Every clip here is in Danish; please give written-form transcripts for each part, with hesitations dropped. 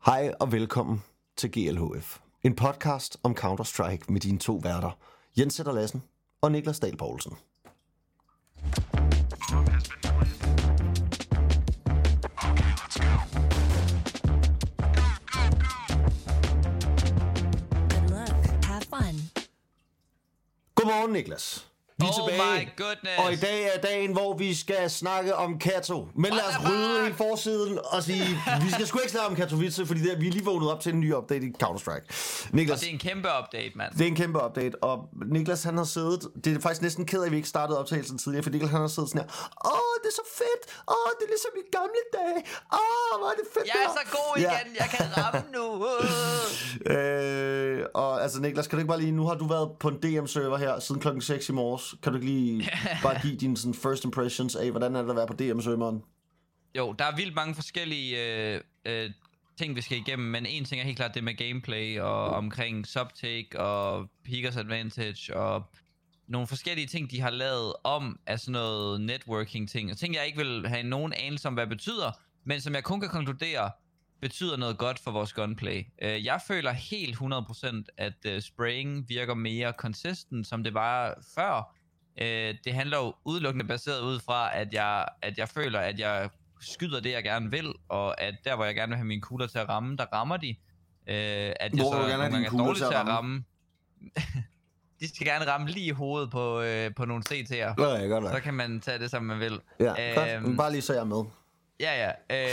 Hej og velkommen til GLHF, en podcast om Counter-Strike med dine to værter, Jens Sætter Lassen og Niklas Dahl Poulsen. Godmorgen, Niklas. Vi er tilbage, my goodness. og i dag er dagen, hvor vi skal snakke om Kato. Men lad os rydde hele forsiden og sige, vi skal sgu ikke snakke om Katowice, fordi vi er lige vågnet op til en ny update i Counter-Strike. Niklas, Og det er en kæmpe update, mand. det er en kæmpe update, og Niklas han har siddet, det er faktisk næsten ked af, at vi ikke startede optagelsen tidligere, for Niklas han har siddet sådan her, det er så fedt, det er ligesom i gamle dage, hvor er det fedt. Jeg er så god igen, jeg kan ramme nu. Og altså Niklas, kan du ikke bare lige, nu har du været på en DM-server her siden klokken 6 i morges, kan du ikke lige bare give dine sådan, first impressions af, hvordan er det at være på DM-serveren? Jo, der er vildt mange forskellige ting, vi skal igennem, men en ting er helt klart det med gameplay og omkring subtake og Peekers Advantage og nogle forskellige ting, de har lavet om af sådan noget networking ting. Og ting, jeg ikke vil have nogen anelse om, hvad det betyder, men som jeg kun kan konkludere, betyder noget godt for vores gunplay. Jeg føler helt 100%, at spraying virker mere consistent, som det var før. Det handler jo udelukkende baseret ud fra, at jeg føler, at jeg skyder det, jeg gerne vil, og at der, hvor jeg gerne vil have mine kugler til at ramme, der rammer de. At Hvor jeg så du gerne have dine kugler til at ramme? De skal gerne ramme lige i hovedet på nogle CT'er. Ja, godt nok. Så kan man tage det, som man vil. Ja, godt. Bare lige så jeg er med. Ja.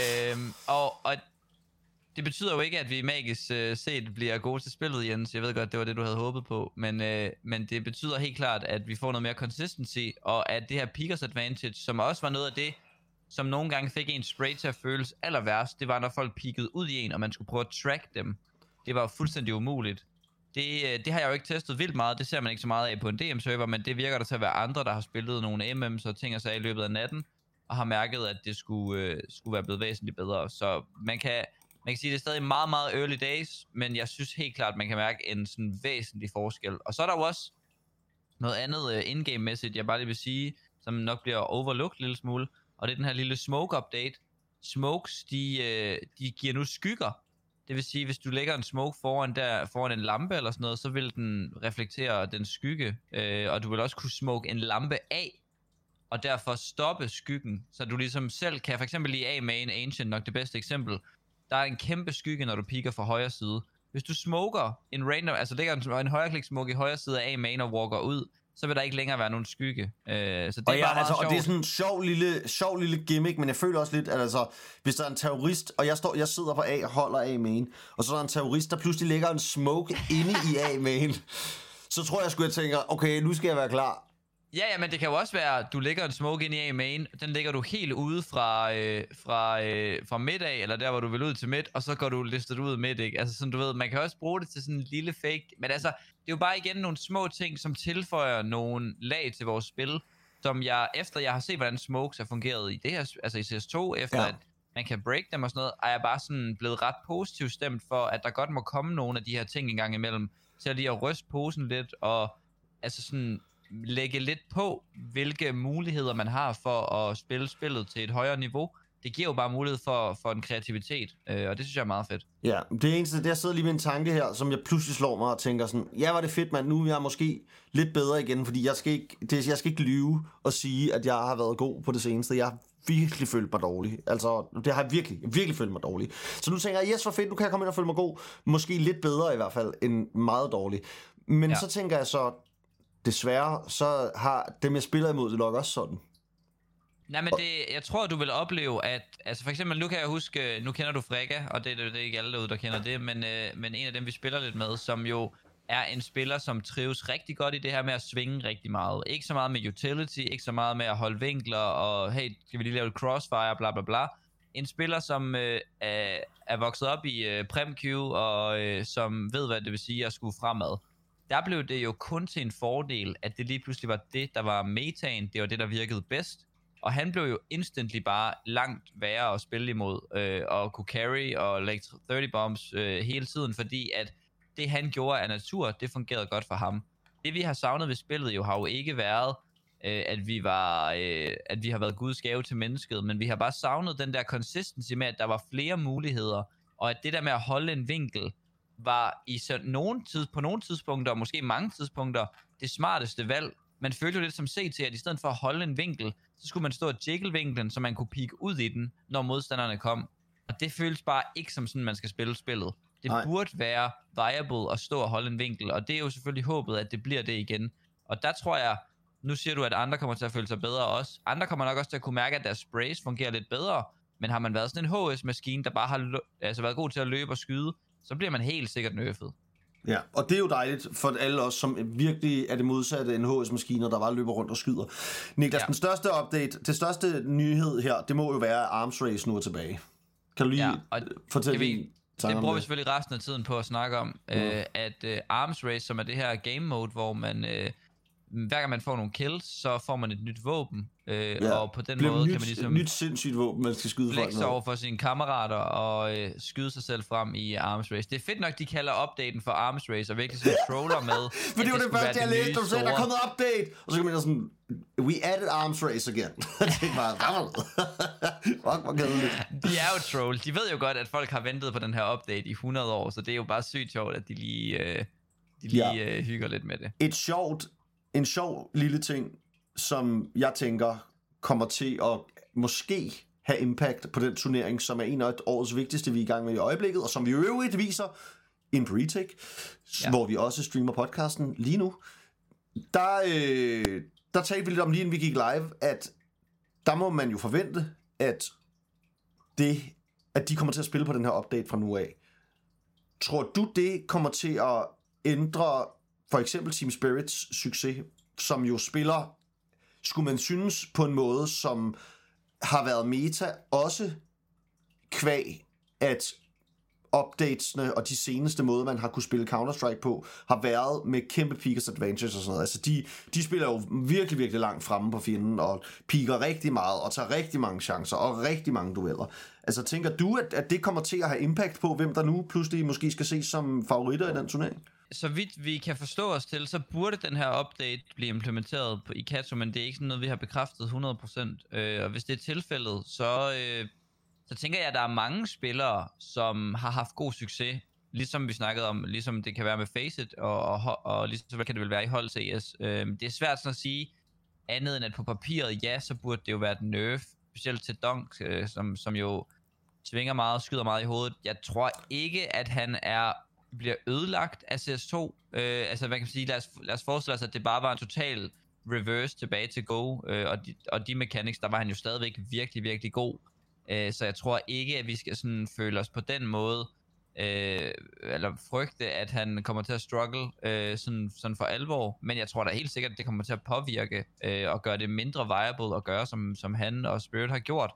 Og det betyder jo ikke, at vi magisk set bliver gode til spillet, Jens. Jeg ved godt, det var det, du havde håbet på. Men det betyder helt klart, at vi får noget mere consistency, og at det her Peekers Advantage, som også var noget af det, som nogle gange fik en spray til at føles aller værst, det var, når folk peekede ud i en, og man skulle prøve at track dem. Det var fuldstændig umuligt. Det har jeg jo ikke testet vildt meget. Det ser man ikke så meget af på en DM-server, men det virker der til at være andre, der har spillet nogle MM's og ting og sager i løbet af natten, og har mærket, at det skulle være blevet væsentligt bedre. Så man kan sige, at det er stadig meget, meget early days, men jeg synes helt klart, at man kan mærke en sådan væsentlig forskel. Og så er der jo også noget andet in-game-mæssigt, jeg bare lige vil sige, som nok bliver overlooked en lille smule, og det er den her lille smoke-update. Smokes, de giver nu skygger. Det vil sige, hvis du lægger en smoke foran en lampe eller sådan noget, så vil den reflektere den skygge, og du vil også kunne smoke en lampe af, og derfor stoppe skyggen, så du ligesom selv kan, for eksempel i A-main, Ancient nok det bedste eksempel, der er en kæmpe skygge, når du piker fra højre side. Hvis du smoker en random, altså lægger en højreklik smoke i højre side af A-main og walker ud, så vil der ikke længere være nogen skygge. Så det er bare meget sjovt. Og det er sådan en sjov lille gimmick, men jeg føler også lidt, at altså, hvis der er en terrorist, og jeg sidder på A og holder A-main, og så er der en terrorist, der pludselig lægger en smoke inde i A-main, så tror jeg sgu, jeg tænker, okay, nu skal jeg være klar. Ja, men det kan jo også være, at du lægger en smoke ind i A-main, den lægger du helt ude fra midt af, eller der, hvor du vil ud til midt, og så går du listet ud midt, ikke? Altså sådan, du ved, man kan også bruge det til sådan en lille fake, men altså, det er jo bare igen nogle små ting, som tilføjer nogle lag til vores spil, som efter jeg har set, hvordan smokes har fungeret i det her, altså i CS2, efter at man kan break dem og sådan noget, er jeg bare sådan blevet ret positivt stemt for, at der godt må komme nogle af de her ting en gang imellem, til lige at ryste posen lidt, og altså sådan lægge lidt på, hvilke muligheder man har for at spille spillet til et højere niveau. Det giver jo bare mulighed for en kreativitet, og det synes jeg er meget fedt. Ja, det eneste, der sidder lige med en tanke her, som jeg pludselig slår mig og tænker sådan, ja, var det fedt, mand, nu er jeg måske lidt bedre igen, fordi jeg skal ikke lyve og sige, at jeg har været god på det seneste. Jeg har virkelig følt mig dårlig. Altså, det har jeg virkelig følt mig dårlig. Så nu tænker jeg, yes, hvor fedt, nu kan jeg komme ind og føle mig god. Måske lidt bedre i hvert fald, end meget dårlig. Men så tænker jeg så, desværre, så har dem, jeg spiller imod, det nok også sådan. Nej, men jeg tror, du vil opleve, at altså for eksempel, nu kan jeg huske, nu kender du Frega, og det er ikke alle derude, der kender det, men en af dem, vi spiller lidt med, som jo er en spiller, som trives rigtig godt i det her med at svinge rigtig meget. Ikke så meget med utility, ikke så meget med at holde vinkler, og hey, skal vi lige lave et crossfire, bla bla bla. En spiller, som er vokset op i PremQ, og som ved, hvad det vil sige at skulle fremad. Der blev det jo kun til en fordel, at det lige pludselig var det, der var metaen, det var det, der virkede bedst. Og han blev jo instantly bare langt værre at spille imod, og kunne carry og lægge 30 bombs hele tiden, fordi at det han gjorde af natur, det fungerede godt for ham. Det vi har savnet ved spillet jo har jo ikke været, at vi har været Guds gave til mennesket, men vi har bare savnet den der consistency med, at der var flere muligheder, og at det der med at holde en vinkel, var på nogle tidspunkter, og måske mange tidspunkter, det smarteste valg. Man følte jo lidt som CT, at i stedet for at holde en vinkel, så skulle man stå og jiggle vinklen, så man kunne peeke ud i den, når modstanderne kom. Og det føles bare ikke som sådan, man skal spille spillet. Det burde være viable at stå og holde en vinkel, og det er jo selvfølgelig håbet, at det bliver det igen. Og der tror jeg, nu siger du, at andre kommer til at føle sig bedre også. Andre kommer nok også til at kunne mærke, at deres sprays fungerer lidt bedre, men har man været sådan en HS-maskine, der bare har været god til at løbe og skyde, så bliver man helt sikkert nerfed. Ja, og det er jo dejligt for alle os, som virkelig er det modsatte end HS-maskiner, der bare løber rundt og skyder. Niklas, den største update, det største nyhed her, det må jo være, at Arms Race nu er tilbage. Kan du lige fortælle det bruger vi selvfølgelig resten af tiden på at snakke om, at Arms Race, som er det her game mode, hvor man hver gang man får nogle kills, så får man et nyt våben, og på den måde kan man ligesom nyt sindssygt våben, man skal skyde folk med. Over for sine kammerater og skyde sig selv frem i Arms Race. Det er fedt nok, de kalder updaten for Arms Race, og virkelig sådan troller med. For det var det første, jeg læste, du sagde, der er kommet update, og så kan man sådan, we added Arms Race again. Det er bare, fuck, hvor kedeligt. De er jo troll. De ved jo godt, at folk har ventet på den her update i 100 år, så det er jo bare sygt sjovt, at de lige hygger lidt med det. En sjov lille ting, som jeg tænker kommer til at måske have impact på den turnering, som er en af årets vigtigste, vi er i gang med i øjeblikket, og som vi øvrigt viser in Retake, hvor vi også streamer podcasten lige nu. Der talte vi lidt om, lige inden vi gik live, at der må man jo forvente, at de kommer til at spille på den her update fra nu af. Tror du, det kommer til at ændre for eksempel Team Spirits succes, som jo spiller, skulle man synes, på en måde, som har været meta, også kvæg, at updatesne og de seneste måder, man har kunne spille Counter-Strike på, har været med kæmpe peakers advantage og sådan noget. Altså, de spiller jo virkelig, virkelig langt fremme på fjenden, og peaker rigtig meget, og tager rigtig mange chancer, og rigtig mange dueller. Altså, tænker du, at det kommer til at have impact på, hvem der nu pludselig måske skal ses som favoritter i den turnering? Så vidt vi kan forstå os til, så burde den her update blive implementeret i Kato, men det er ikke sådan noget, vi har bekræftet 100%. Og hvis det er tilfældet, så tænker jeg, at der er mange spillere, som har haft god succes, ligesom vi snakkede om, ligesom det kan være med Faceit, og ligesom kan det vel være i hold CS. Det er svært sådan at sige andet end at på papiret, ja, så burde det jo være et nerf, specielt til Dunk, som jo svinger meget, skyder meget i hovedet. Jeg tror ikke, at han bliver ødelagt af CS2. Altså, hvad kan man sige? Lad os forestille os, at det bare var en total reverse tilbage til Go, og de mechanics, der var han jo stadigvæk virkelig, virkelig god. Så jeg tror ikke, at vi skal sådan føle os på den måde, eller frygte, at han kommer til at struggle sådan for alvor. Men jeg tror da helt sikkert, at det kommer til at påvirke og gøre det mindre viable at gøre, som han og Spirit har gjort.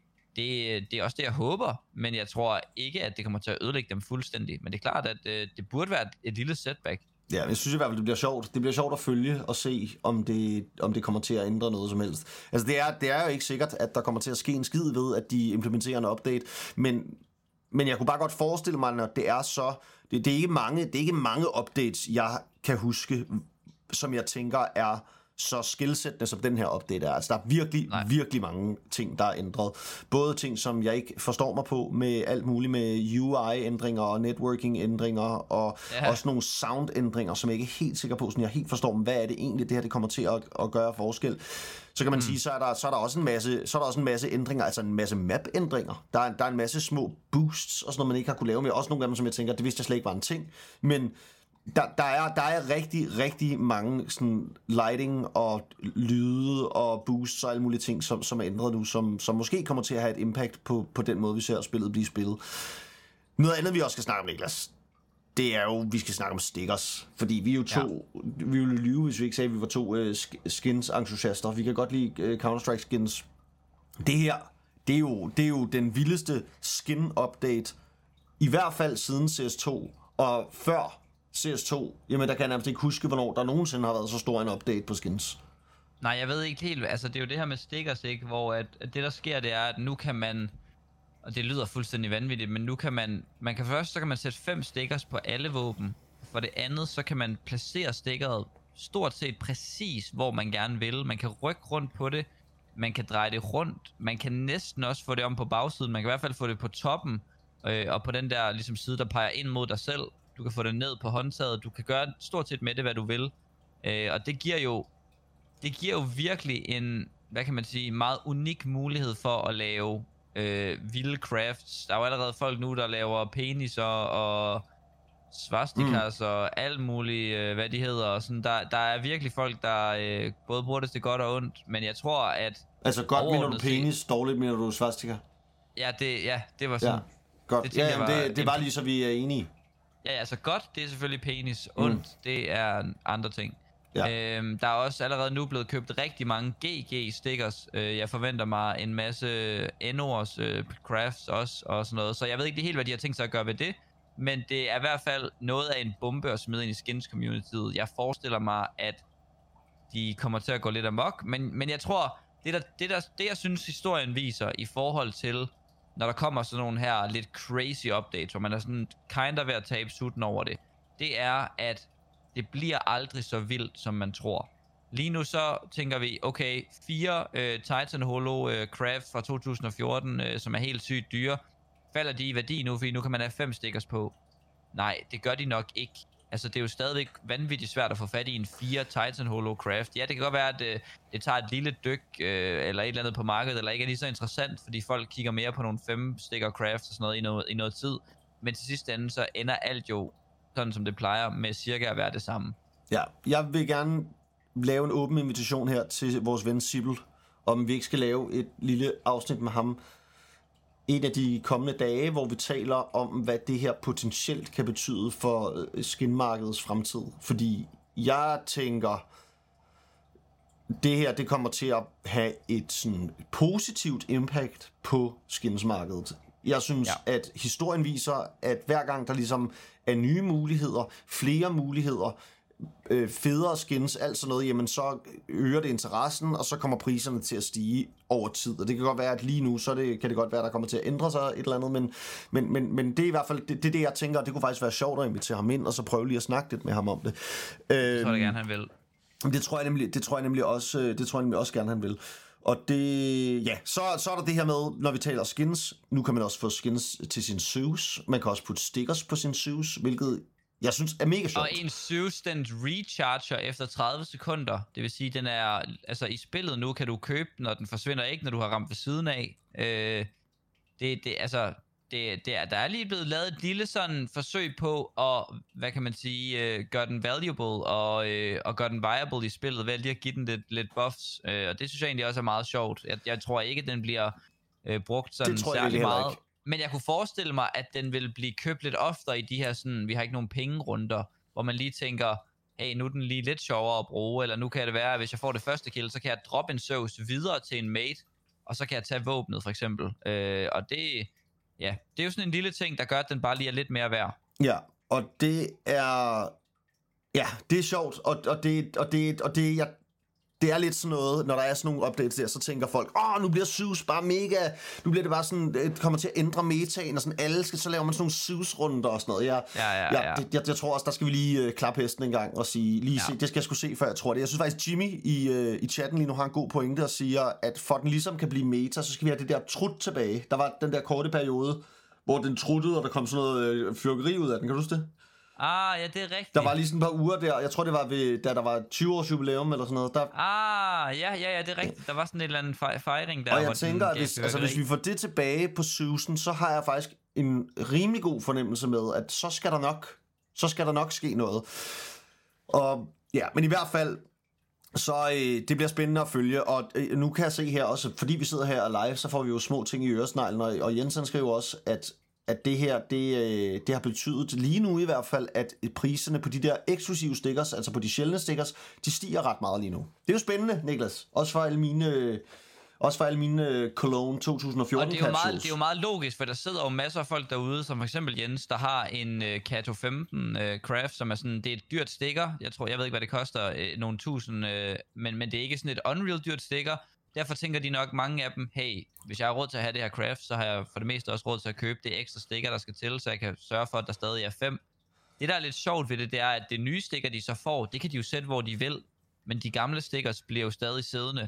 Det er også det, jeg håber, men jeg tror ikke, at det kommer til at ødelægge dem fuldstændig. Men det er klart, at det burde være et lille setback. Ja, jeg synes i hvert fald, det bliver sjovt. Det bliver sjovt at følge og se, om det kommer til at ændre noget som helst. Altså, det er jo ikke sikkert, at der kommer til at ske en skid ved, at de implementerer en update, men jeg kunne bare godt forestille mig, at det er så... Det er ikke mange updates, jeg kan huske, som jeg tænker er så skillsættende, som den her update er. Altså, der er virkelig mange ting, der er ændret. Både ting, som jeg ikke forstår mig på, med alt muligt med UI-ændringer og networking-ændringer, og også nogle sound-ændringer, som jeg ikke er helt sikker på, sådan jeg helt forstår, hvad er det egentlig, det her det kommer til at gøre forskel. Så kan man sige, så er der også en masse ændringer, altså en masse map-ændringer. Der er en masse små boosts, og sådan noget, man ikke har kunne lave med. Også nogle af dem, som jeg tænker, det vidste jeg slet ikke var en ting. Men der er rigtig, rigtig mange sådan lighting og lyde og boosts og alle mulige ting, som er ændret nu, som måske kommer til at have et impact på den måde, vi ser spillet blive spillet. Noget andet, vi også skal snakke om, Niklas, det er jo, vi skal snakke om stickers. Fordi vi er jo vi ville lyve, hvis vi ikke sagde, at vi var to skins-entusiaster. Vi kan godt lide Counter-Strike skins. Det her, det er jo den vildeste skin-update, i hvert fald siden CS2, og før CS2, jamen der kan jeg nærmest ikke huske, hvornår der nogensinde har været så stor en update på skins. Nej, jeg ved ikke helt, altså det er jo det her med stickers, ikke, hvor at det der sker, det er, at nu kan man, og det lyder fuldstændig vanvittigt, men nu kan man kan først, så kan man sætte 5 stickers på alle våben. For det andet, så kan man placere stickeret stort set præcis, hvor man gerne vil. Man kan rykke rundt på det, man kan dreje det rundt, man kan næsten også få det om på bagsiden, man kan i hvert fald få det på toppen. og på den der ligesom side, der peger ind mod dig selv. Du kan få det ned på håndtaget, du kan gøre stort set med det, hvad du vil. Og det giver jo virkelig en, hvad kan man sige, meget unik mulighed for at lave vilde crafts. Der er jo allerede folk nu, der laver peniser og swastikas og alt muligt, hvad de hedder. Og sådan. Der er virkelig folk, der både bruger det til godt og ondt, men jeg tror, at... Altså godt mener du penis, dårligt mener du swastika? Ja, det var sådan. Ja, godt. Det var lige så vi er enige. Ja, altså godt, det er selvfølgelig penis. Ondt, det er andre ting. Ja. Der er også allerede nu blevet købt rigtig mange GG-stickers. Jeg forventer mig en masse N-ords crafts også, og sådan noget. Så jeg ved ikke helt, hvad de har tænkt sig at gøre ved det. Men det er i hvert fald noget af en bombe at smide ind i skins-communityet. Jeg forestiller mig, at de kommer til at gå lidt amok. Men jeg tror, det jeg synes historien viser i forhold til, når der kommer sådan nogle her lidt crazy updates, hvor man er sådan kinda ved at tabe sutten over det, det er, at det bliver aldrig så vildt, som man tror. Lige nu så tænker vi, okay, 4 Titan Holo Craft fra 2014, som er helt sygt dyre, falder de i værdi nu, fordi nu kan man have 5 stickers på? Nej, det gør de nok ikke. Altså, det er jo stadigvæk vanvittigt svært at få fat i en 4 Titan Holo Craft. Ja, det kan godt være, at det tager et lille dyk, eller et eller andet på markedet, eller ikke er lige så interessant, fordi folk kigger mere på nogle 5 sticker crafts og sådan noget i noget tid. Men til sidste ende, så ender alt jo sådan, som det plejer, med cirka at være det samme. Ja, jeg vil gerne lave en åben invitation her til vores ven Sibyl, om vi ikke skal lave et lille afsnit med ham en af de kommende dage, hvor vi taler om, hvad det her potentielt kan betyde for skinmarkedets fremtid. Fordi jeg tænker, det her, det kommer til at have et sådan positivt impact på skinsmarkedet. Jeg synes, at historien viser, at hver gang der ligesom er nye muligheder, flere muligheder, federe skins, alt sådan noget, jamen så øger det interessen, og så kommer priserne til at stige over tid. Og det kan godt være, at lige nu, kan det godt være, at der kommer til at ændre sig et eller andet, men det er i hvert fald det, jeg tænker, det kunne faktisk være sjovt at invitere ham ind, og så prøve lige at snakke lidt med ham om det. Det tror jeg gerne, han vil. Det tror jeg nemlig også gerne, han vil. Og det, ja, så er der det her med, når vi taler skins, nu kan man også få skins til sin shoes, man kan også putte stickers på sin shoes, hvilket jeg synes er mega sjovt. Og en shoes, den recharger efter 30 sekunder, det vil sige, den er, altså i spillet nu kan du købe den, og den forsvinder ikke, når du har ramt ved siden af. Der er lige blevet lavet et lille sådan forsøg på at, hvad kan man sige, gøre den valuable og gøre den viable i spillet, ved lige at give den lidt buffs, og det synes jeg egentlig også er meget sjovt. Jeg tror ikke, den bliver brugt sådan særlig meget. Ikke. Men jeg kunne forestille mig, at den vil blive købt lidt oftere i de her sådan, vi har ikke nogen pengerunder, hvor man lige tænker, hey, nu er den lige lidt sjovere at bruge, eller nu kan det være, at hvis jeg får det første kill, så kan jeg droppe en Zeus videre til en mate, og så kan jeg tage våbnet for eksempel. Og det er jo sådan en lille ting, der gør, at den bare lige er lidt mere værd. Ja, og det er... Ja, det er sjovt, og det er lidt sådan noget, når der er sådan nogle updates der, så tænker folk, nu bliver Zeus bare mega, nu bliver det bare sådan, det kommer til at ændre metaen, og sådan alle skal, så laver man sådan nogle Zeus-runder og sådan noget. Jeg tror også, der skal vi lige klappe hesten en gang og sige, se, det skal jeg sgu se, før jeg tror det. Jeg synes faktisk, Jimmy i chatten lige nu har en god pointe og siger, at for den ligesom kan blive meta, så skal vi have det der trut tilbage. Der var den der korte periode, hvor den truttede, og der kom sådan noget fyrkeri ud af den. Kan du huske det? Ja, det er rigtigt. Der var lige sådan et par uger der, jeg tror det var da der var 20 års jubilæum eller sådan noget. Der... Ja, det er rigtigt. Der var sådan en eller anden fejring der. Og jeg tænker, at hvis vi får det tilbage på Susan, så har jeg faktisk en rimelig god fornemmelse med, at så skal der nok ske noget. Og ja, men i hvert fald, så det bliver spændende at følge, og nu kan jeg se her også, fordi vi sidder her live, så får vi jo små ting i øresneglen, og Jensen skriver også, at det her, det har betydet lige nu i hvert fald, at priserne på de der eksklusive stickers, altså på de sjældne stickers, de stiger ret meget lige nu. Det er jo spændende, Niklas. Også for alle mine Cologne 2014 og det er jo meget logisk, for der sidder jo masser af folk derude, som for eksempel Jens, der har en Kato 15 Craft, som er sådan, det er et dyrt sticker. Jeg ved ikke, hvad det koster, nogle tusind, men det er ikke sådan et Unreal dyrt sticker. Derfor tænker de nok mange af dem, hey, hvis jeg har råd til at have det her craft, så har jeg for det meste også råd til at købe det ekstra sticker, der skal til, så jeg kan sørge for, at der stadig er 5. Det, der er lidt sjovt ved det er, at det nye sticker, de så får, det kan de jo sætte, hvor de vil, men de gamle stickers bliver jo stadig siddende.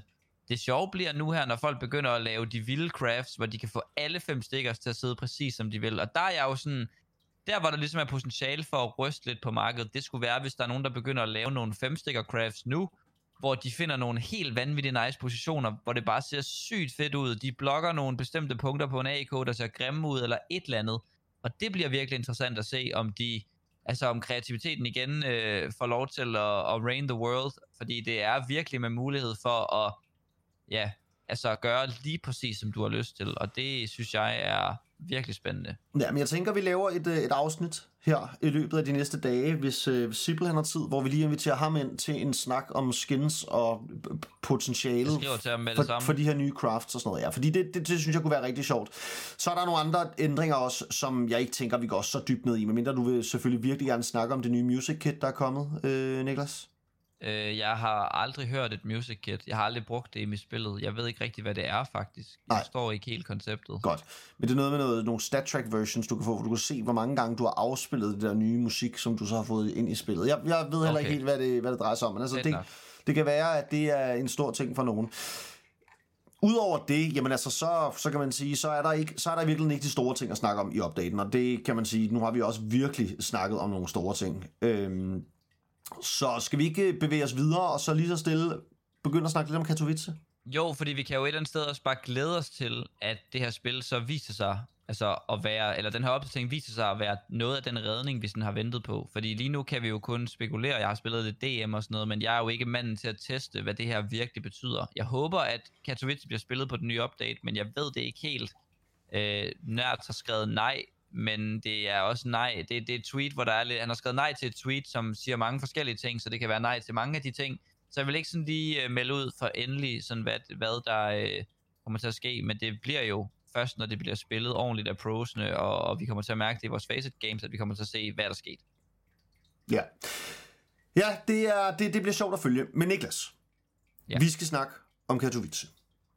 det sjove bliver nu her, når folk begynder at lave de vilde crafts, hvor de kan få alle 5 stickers til at sidde præcis som de vil. Og der er jeg jo sådan, der hvor der ligesom er potentiale for at ryste lidt på markedet, det skulle være, hvis der er nogen, der begynder at lave nogle 5 sticker crafts nu, hvor de finder nogle helt vanvittige nice positioner, hvor det bare ser sygt fedt ud. De blokker nogle bestemte punkter på en AK, der ser grimme ud, eller et eller andet. Og det bliver virkelig interessant at se, om kreativiteten igen får lov til at reign the world, fordi det er virkelig med mulighed for at gøre lige præcis, som du har lyst til. Og det synes jeg er virkelig spændende. Ja, men jeg tænker, vi laver et afsnit her i løbet af de næste dage, hvis Sibyl han har tid, hvor vi lige inviterer ham ind til en snak om skins og potentialet for de her nye crafts og sådan noget. Ja, fordi det synes jeg kunne være rigtig sjovt. Så er der nogle andre ændringer også, som jeg ikke tænker, vi går så dybt ned i, medmindre du vil selvfølgelig virkelig gerne snakke om det nye music kit, der er kommet, Niklas. Jeg har aldrig hørt et music kit. Jeg har aldrig brugt det i mit spillet. Jeg ved ikke rigtig, hvad det er faktisk. Jeg forstår ikke helt konceptet. Godt. Men det er noget med nogle stat track versions, du kan få, hvor du kan se, hvor mange gange du har afspillet det der nye musik, som du så har fået ind i spillet. Jeg ved heller ikke helt, hvad det drejer sig om. Men altså, det kan være, at det er en stor ting for nogen. Udover det, jamen altså, så kan man sige, så er der virkelig ikke de store ting at snakke om i updaten. Og det kan man sige, nu har vi også virkelig snakket om nogle store ting. Så skal vi ikke bevæge os videre, og så lige så stille begynde at snakke lidt om Katowice? Jo, fordi vi kan jo et eller andet sted også bare glæde os til, at det her spil så viser sig at være, eller den her opdatering viser sig at være noget af den redning, vi sådan har ventet på. Fordi lige nu kan vi jo kun spekulere, jeg har spillet lidt DM og sådan noget, men jeg er jo ikke manden til at teste, hvad det her virkelig betyder. Jeg håber, at Katowice bliver spillet på den nye update, men jeg ved det ikke helt. Nørd har skrevet nej, men det er også nej. Det er et tweet, hvor der er lidt, han har skrevet nej til et tweet, som siger mange forskellige ting, så det kan være nej til mange af de ting. Så jeg vil ikke sådan lige melde ud for endelig, sådan hvad der kommer til at ske, men det bliver jo først, når det bliver spillet ordentligt af prosene, og vi kommer til at mærke det i vores Faceit Games, at vi kommer til at se, hvad der skete. Ja, det bliver sjovt at følge. Men Niklas, vi skal snakke om Katowice.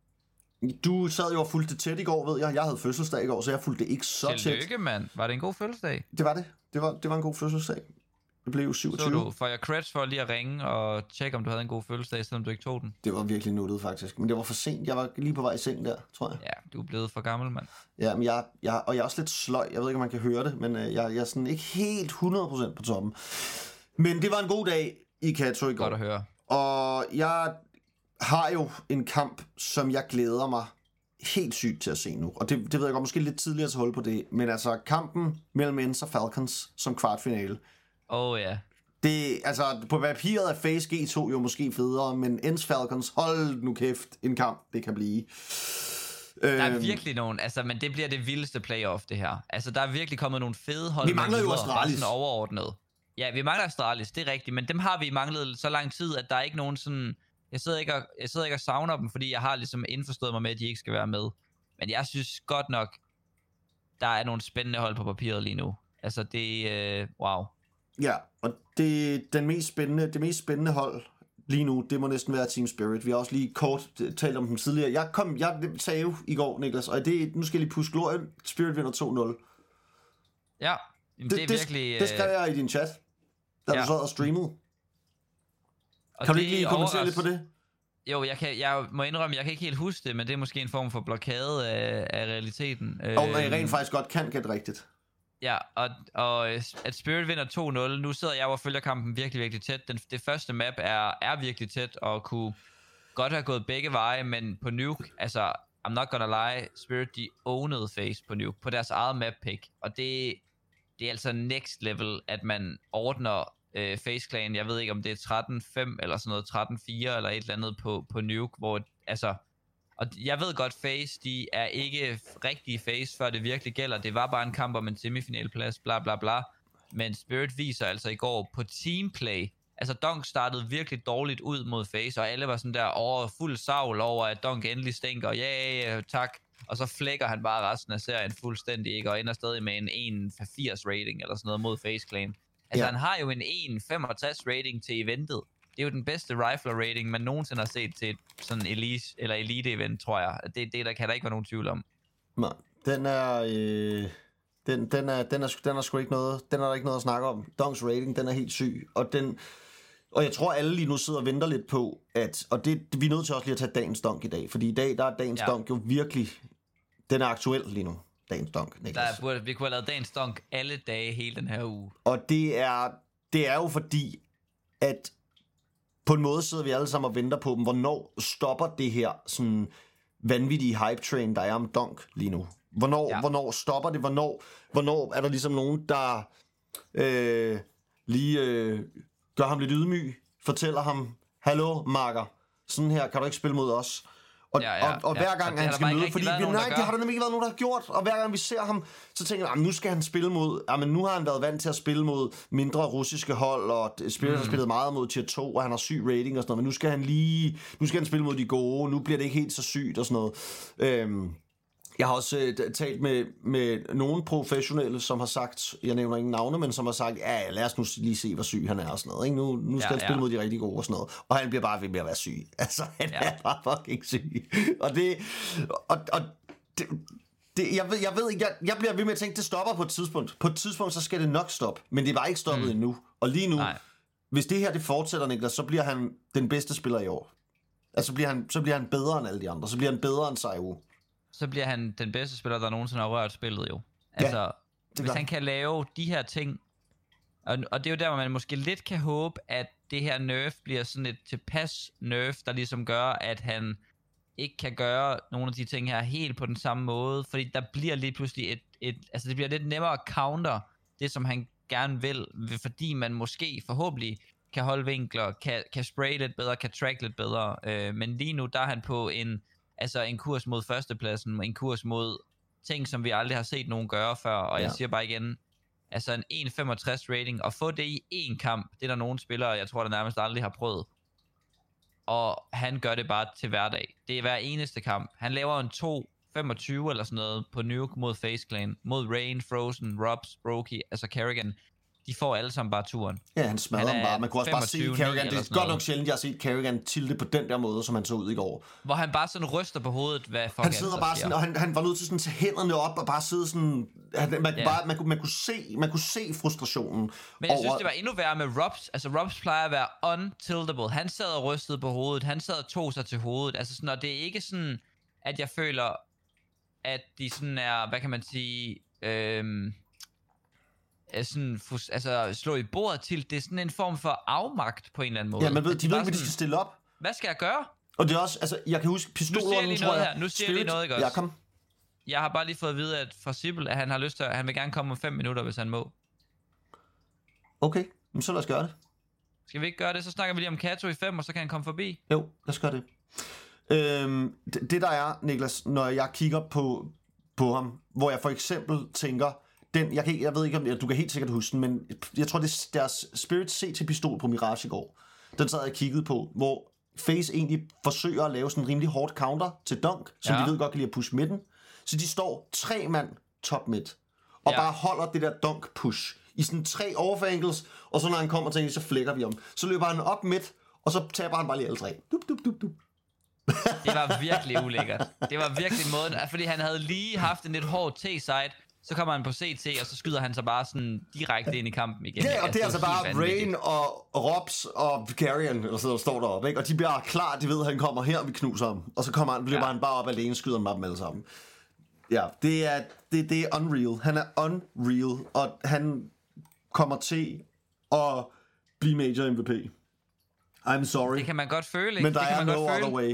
Du sad jo og fulgte det tæt i går, ved jeg. Jeg havde fødselsdag i går, så jeg fulgte det ikke så tæt. Tillykke, mand. Var det en god fødselsdag? Det var det. Det var en god fødselsdag. Det blev 27. Så du får jeg credits for lige at ringe og tjekke, om du havde en god fødselsdag, selvom du ikke tog den? Det var virkelig nuttet, faktisk. Men det var for sent. Jeg var lige på vej i seng der, tror jeg. Ja, du er blevet for gammel, mand. Ja, men jeg er også lidt sløj. Jeg ved ikke, om man kan høre det, men jeg er sådan ikke helt 100% på toppen. Men det var en god dag i Kato i går. Godt at høre. Og jeg har jo en kamp, som jeg glæder mig helt sygt til at se nu. Og det ved jeg godt, måske lidt tidligere til at holde på det. Men altså, kampen mellem Ents og Falcons som kvartfinale. Ja. Det, altså, på papiret er FaZe G2 jo måske federe, men Ents Falcons, hold nu kæft, en kamp, det kan blive. Der er virkelig nogen, altså, men det bliver det vildeste playoff, det her. Altså, der er virkelig kommet nogle fede hold. Vi mangler jo Astralis. Overordnet. Ja, vi mangler Astralis, det er rigtigt, men dem har vi manglet så lang tid, at der er ikke nogen sådan... Jeg sidder ikke og savner dem, fordi jeg har ligesom indforstået mig med, at de ikke skal være med. Men jeg synes godt nok, der er nogle spændende hold på papiret lige nu. Altså, det wow. Ja, og det mest spændende hold lige nu, det må næsten være Team Spirit. Vi har også lige kort talt om dem tidligere. Jeg sagde jo i går, Niklas, og nu skal jeg lige puske glorien. Spirit vinder 2-0. Ja, det er virkelig... Det skrev jeg i din chat, da du sad og streamede. Kan du ikke lige kommentere lidt på det? Jo, jeg må indrømme, jeg kan ikke helt huske det, men det er måske en form for blokade af realiteten. Men jeg rent faktisk godt kan gætte rigtigt. Ja, og at Spirit vinder 2-0, nu sidder jeg og følger kampen virkelig, virkelig tæt. Det første map er virkelig tæt, og kunne godt have gået begge veje, men på Nuke, altså, I'm not gonna lie, Spirit, de owned FaZe på Nuke, på deres eget map pick, og det er altså next level, at man ordner FaZe Clan, jeg ved ikke om det er 13-5 eller sådan noget, 13-4 eller et eller andet på Nuke, hvor altså, og jeg ved godt, FaZe, de er ikke rigtige FaZe, før det virkelig gælder. Det var bare en kamp om en semifinalplads, bla bla bla. Men Spirit viser altså i går på teamplay. Altså, Dunk startede virkelig dårligt ud mod FaZe, og alle var sådan der fuld savl over, at Dunk endelig stænker. Ja, tak. Og så flækker han bare resten af serien fuldstændig, ikke? Og ender stadig med en 1,80 rating eller sådan noget mod FaZe Clan. Altså, han har jo en 1,65 rating til eventet. Det er jo den bedste rifle rating, man nogensinde har set til et sådan elite event, tror jeg. Det der kan der ikke være nogen tvivl om. Nej, den er sgu ikke noget, den er der ikke noget at snakke om. Dunks rating, den er helt syg, og den Og jeg tror, alle lige nu sidder og venter lidt på, og vi er nødt til også lige at tage dagens dunk i dag, fordi i dag, der er dagens dunk jo virkelig, den er aktuel lige nu, dagens dunk, Niklas. Vi kunne have lavet dagens dunk alle dage hele den her uge. Og det er jo fordi, at på en måde sidder vi alle sammen og venter på dem, hvornår stopper det her sådan vanvittige hype train, der er om dunk lige nu. Hvornår stopper det? Hvornår er der ligesom nogen, der gør ham lidt ydmyg, fortæller ham, hallo makker, sådan her kan du ikke spille mod os. Og hver gang han skal møde, fordi det har der nemlig ikke været nogen, der har gjort, og hver gang vi ser ham, så tænker jeg, nu skal han spille mod, men nu har han været vant til at spille mod mindre russiske hold, og har spillet meget mod tier 2, og han har syg rating og sådan noget, men nu skal han spille mod de gode, nu bliver det ikke helt så sygt og sådan noget. Jeg har også talt med nogle professionelle, som har sagt, jeg nævner ingen navne, men som har sagt, ja, lad os nu lige se, hvor syg han er og sådan noget. Ikke? Nu skal han spille mod de rigtig gode og sådan noget. Og han bliver bare ved med at være syg. Altså, han er bare fucking syg. Og jeg ved ikke, jeg bliver ved med at tænke, det stopper på et tidspunkt. På et tidspunkt, så skal det nok stoppe. Men det var ikke stoppet endnu. Og lige nu, hvis det her det fortsætter, Niklas, så bliver han den bedste spiller i år. Altså, så bliver han bedre end alle de andre. Så bliver han bedre end Saiu. Så bliver han den bedste spiller, der nogensinde har rørt spillet jo. Altså, hvis han kan lave de her ting, og det er jo der, hvor man måske lidt kan håbe, at det her nerf bliver sådan et tilpas nerf, der ligesom gør, at han ikke kan gøre nogle af de ting her helt på den samme måde, fordi der bliver lige pludselig altså det bliver lidt nemmere at counter det, som han gerne vil, fordi man måske forhåbentlig kan holde vinkler, kan spraye lidt bedre, kan track lidt bedre, men lige nu, der er han på en kurs mod førstepladsen, en kurs mod ting, som vi aldrig har set nogen gøre før, og jeg siger bare igen, altså en 1,65 rating, og få det i én kamp, det er der nogle spillere, jeg tror, der nærmest aldrig har prøvet. Og han gør det bare til hverdag. Det er hver eneste kamp. Han laver en 2,25 eller sådan noget på Nuke mod FaZe Clan, mod Rain, Frozen, Robs, Brokey, altså Karrigan. De får alle sammen bare turen. Ja, han smadrer dem bare. Man kunne også bare se Karrigan. Det er godt nok sjældent, jeg har set Karrigan tilte på den der måde, som han så ud i går. Hvor han bare sådan ryster på hovedet, hvad fuck han sidder bare sådan, og han var nødt til sådan at tage hænderne op og bare sidde sådan. Man kunne se frustrationen. Men jeg synes, det var endnu værre med Robs. Altså Robs plejer at være untiltable. Han sad og rystede på hovedet. Han sad og tog sig til hovedet. Altså sådan, og det er ikke sådan, at jeg føler, at de sådan er, hvad kan man sige, sådan, altså slå i bordet til. Det er sådan en form for afmagt på en eller anden måde. Ja, man ved, de ved ikke, hvad de skal stille op. Hvad skal jeg gøre? Og det er også, altså, jeg kan huske pistolerne, tror jeg. Nu siger jeg lige noget, ikke også? Ja, kom. Jeg har bare lige fået at vide, at fra Sibyl, at han har lyst til, han vil gerne komme om 5 minutter, hvis han må. Okay, men så lad os gøre det. Skal vi ikke gøre det? Så snakker vi lige om Kato i 5, og så kan han komme forbi. Jo, lad os gøre det. Det der er, Niklas, når jeg kigger på ham, hvor jeg for eksempel tænker, jeg ved ikke, om du kan helt sikkert huske den, men jeg tror, det er deres Spirit CT-pistol på Mirage i går. Den sad jeg kigget på, hvor FaZe egentlig forsøger at lave sådan en rimelig hårdt counter til dunk, som de ved godt kan lide at pushe midten. Så de står 3 mand top midt, og bare holder det der dunk push i sådan 3 overfall angles, og så når han kommer til, så flækker vi om. Så løber han op midt, og så taber han bare lige alle 3. Dup, dup, dup, dup. Det var virkelig ulækkert. Det var virkelig måden, fordi han havde lige haft en lidt hård T-side, så kommer han på CT, og så skyder han sig bare sådan direkte ind i kampen igen. Ja, og det er altså bare Rain og Robs og Carrion, eller sådan, der står deroppe, ikke? Og de bliver klar, de ved, at han kommer her, og vi knuser ham. Og så løber han bare op alene, skyder dem alle sammen. Ja, det er unreal. Han er unreal, og han kommer til at blive major MVP. I'm sorry. Det kan man godt føle, ikke? Men der er no other way.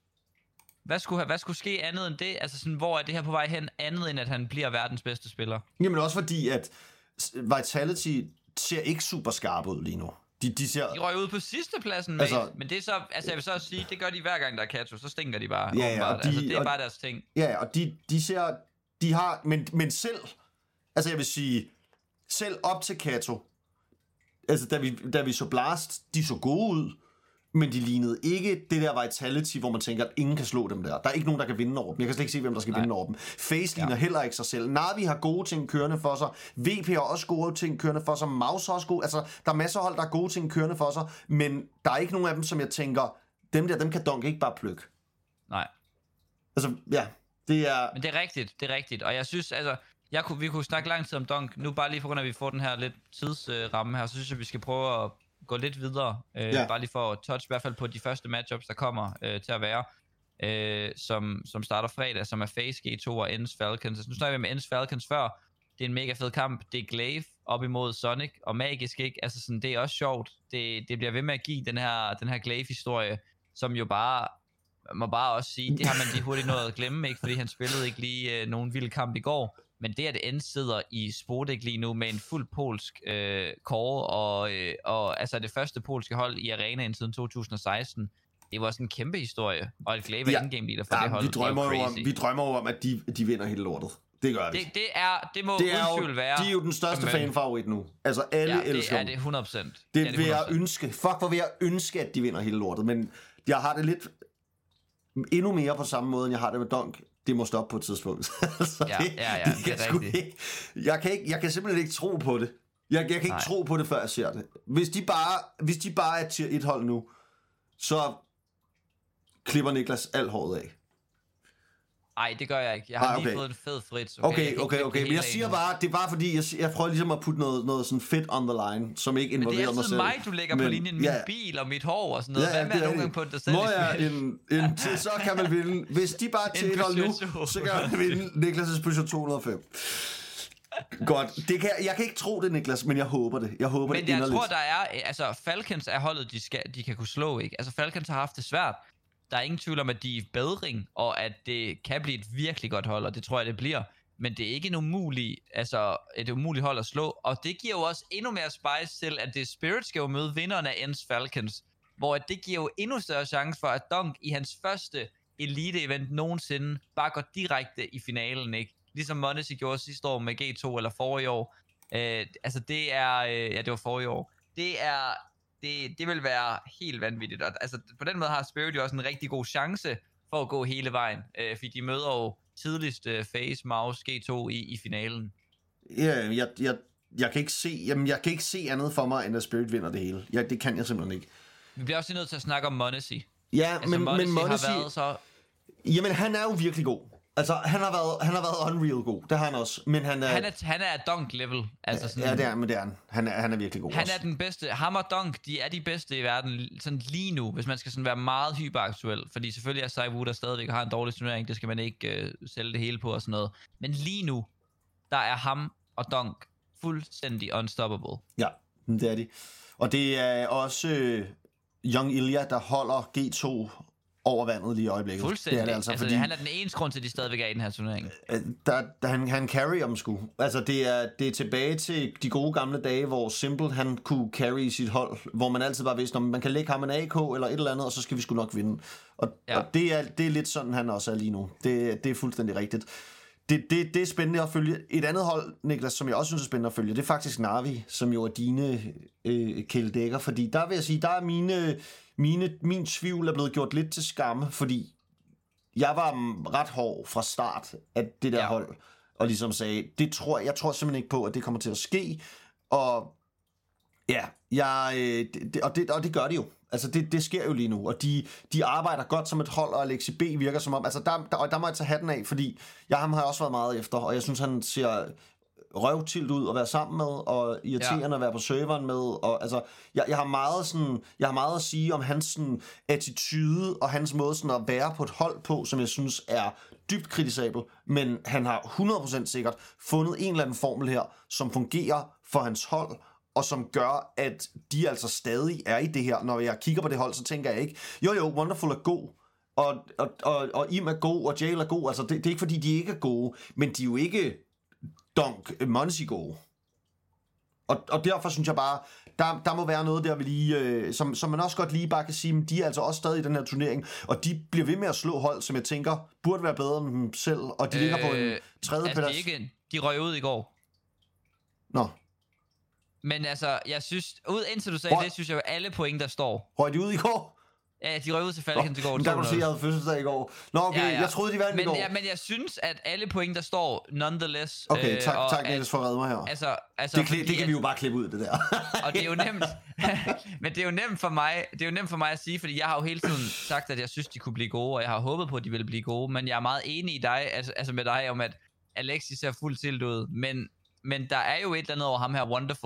Hvad skulle ske andet end det? Altså sådan, hvor er det her på vej hen andet end at han bliver verdens bedste spiller? Jamen også fordi at Vitality ser ikke super skarp ud lige nu. De røg ud på sidste pladsen, men det er så, altså jeg vil så også sige, det gør de hver gang der er Kato, så stinker de bare. Ja, og altså det er bare deres ting. Ja, og de ser, de har, men selv, altså jeg vil sige, selv op til Kato, altså da vi så Blast, de så gode ud, men de lignede ikke det der Vitality, hvor man tænker, at ingen kan slå dem der. Der er ikke nogen, der kan vinde over dem. Jeg kan slet ikke se, hvem der skal vinde over dem. FaZe ligner heller ikke sig selv. Navi har gode ting kørende for sig. VP har også gode ting kørende for sig. Mouse har også gode. Altså, der er masser af hold, der har gode ting kørende for sig. Men der er ikke nogen af dem, som jeg tænker, dem kan Dunk ikke bare plukke. Nej. Altså, ja. Det er... Men det er rigtigt. Og jeg synes, altså, vi kunne snakke lang tid om Dunk. Nu bare lige på grund af, at vi får den her lidt tidsramme her, så synes jeg, vi skal prøve at gå lidt videre. Bare lige for at touch i hvert fald på de første matchups, der kommer til at være. Som starter fredag, som er FaZe G2 og Ens Falcons. Altså, nu snakker vi med Ens Falcons før. Det er en mega fed kamp. Det er Glaive op imod Sonic, og magisk ikke. Altså sådan, det er også sjovt. Det bliver ved med at give den her Glaive-historie, som jo bare, må bare også sige, det har man lige hurtigt nået at glemme, ikke? Fordi han spillede ikke lige nogen vild kamp i går. Men det, at Ens sidder i Spodek lige nu med en fuld polsk core, og altså det første polske hold i arenaen siden 2016, det var sådan en kæmpe historie, og et Glaive endgame leader for det hold. Vi drømmer jo om, at de vinder hele lortet. Det gør vi. Det må uden tvivl være. De er jo den største fanfavorit nu. Altså alle elsker det er det 100%. Det vil jeg ønske. Fuck, hvor vil jeg ønske, at de vinder hele lortet. Men jeg har det lidt endnu mere på samme måde, end jeg har det med Dunk. Det må stoppe på et tidspunkt. Altså, det er rigtigt. Jeg kan simpelthen ikke tro på det. Jeg kan ikke tro på det, før jeg ser det. Hvis de bare er tier 1 hold nu, så klipper Niklas alt håret af. Nej, det gør jeg ikke. Jeg har lige fået en fed Fritz. Okay. Men jeg siger bare, det er bare fordi, jeg prøver ligesom at putte noget sådan fedt on the line, som ikke involverer mig selv. Men det er altid mig, du lægger på linjen, min bil og mit hår og sådan noget. Hvad med at nogle gange på det selv? Må jeg så kan man vinde. Hvis de bare til et hold nu, så kan man vinde Niklas' Peugeot 205. Godt. Jeg kan ikke tro det, Niklas, men jeg håber det. Jeg håber det inderligt. Men jeg tror, der er... Altså, Falcons er holdet, de kan kunne slå, ikke? Altså, Falcons har haft det svært. Der er ingen tvivl om, at de er i bedring, og at det kan blive et virkelig godt hold, og det tror jeg, det bliver. Men det er ikke et umuligt hold at slå, og det giver jo også endnu mere spice til, at det Spirit skal jo møde vinderen af Ens Falcons, hvor det giver jo endnu større chance for, at Dunk i hans første elite-event nogensinde bare går direkte i finalen, ikke? Ligesom Monesi gjorde sidste år med G2, eller forrige år. Det er... det var forrige år. Det vil være helt vanvittigt. Og, altså, på den måde har Spirit jo også en rigtig god chance for at gå hele vejen. Fordi de møder jo tidligst FaZe, Mouse, G2 i finalen. Ja, jeg kan ikke se andet for mig, end at Spirit vinder det hele. Det kan jeg simpelthen ikke. Vi bliver også nødt til at snakke om Monesi. Ja, altså, men Monesi har været så... Jamen, han er jo virkelig god. Altså, han har været unreal god. Det har han også. Men han er Dunk level. Altså sådan, ja, det er han, men det er han. Han er virkelig god. Han også. er den bedste. Ham og Dunk, de er de bedste i verden sådan lige nu, hvis man skal sådan være meget hyperaktuel. Fordi selvfølgelig er Cywood, der stadigvæk har en dårlig turnering. Det skal man ikke sælge det hele på og sådan noget. Men lige nu, der er ham og Dunk fuldstændig unstoppable. Ja, det er de. Og det er også Young Ilya, der holder G2 over vandet lige i øjeblikket. Fuldstændig. Det er det altså, fordi han er den eneste grund til, at de stadigvæk er i den her turnering. Han carry om sgu. Altså, det er tilbage til de gode gamle dage, hvor Simple han kunne carry sit hold, hvor man altid bare vidste, om man kan lægge ham en AK eller et eller andet, og så skal vi sgu nok vinde. Og det er lidt sådan, han også er lige nu. Det er fuldstændig rigtigt. Det er spændende at følge. Et andet hold, Niklas, som jeg også synes er spændende at følge, det er faktisk Na'Vi, som jo er dine kæledækker, fordi der vil jeg sige, der er min tvivl er blevet gjort lidt til skamme, fordi jeg var ret hård fra start af det der hold, og ligesom sagde, jeg tror simpelthen ikke på, at det kommer til at ske, og ja, og det gør det jo. Altså det sker jo lige nu, og de arbejder godt som et hold, og Alexi B virker som om, altså der må jeg tage hatten af, fordi ham har jeg også været meget efter, og jeg synes han ser røvtilt ud at være sammen med, og irriterende at være på serveren med, og altså jeg har meget at sige om hans sådan attitude og hans måde sådan at være på et hold på, som jeg synes er dybt kritisabel, men han har 100% sikkert fundet en eller anden formel her, som fungerer for hans hold, og som gør, at de altså stadig er i det her. Når jeg kigger på det hold, så tænker jeg ikke, jo, Wonderful er god, og Im er god, og Jail er god, altså det er ikke fordi, de ikke er gode, men de er jo ikke Dunk, Monsi gode. Og derfor synes jeg bare, der må være noget der, vi lige, som man også godt lige bare kan sige, men de er altså også stadig i den her turnering, og de bliver ved med at slå hold, som jeg tænker, burde være bedre end dem selv, og de ligger på en tredje plads. De røg ud i går. Nå. Men altså, jeg synes, indtil du sagde det, synes jeg jo alle point, der står. Røg de ud i går? Ja, de røg ud til Falcons i går. Men der kan du se, at jeg havde fødselsdag i går. Nå, okay, jeg troede, de vandt i går. Men jeg synes, at alle point, der står, nonetheless... Okay, tak Niels, for at redde mig her. Altså, det kan vi jo bare klippe ud, det der. Og det er jo nemt... men det er jo nemt for mig at sige, fordi jeg har jo hele tiden sagt, at jeg synes, de kunne blive gode, og jeg har håbet på, at de ville blive gode, men jeg er meget enig i dig, altså med dig, om at Alexis ser fuldt tilt ud, men der er jo et eller andet over ham her Wonderful,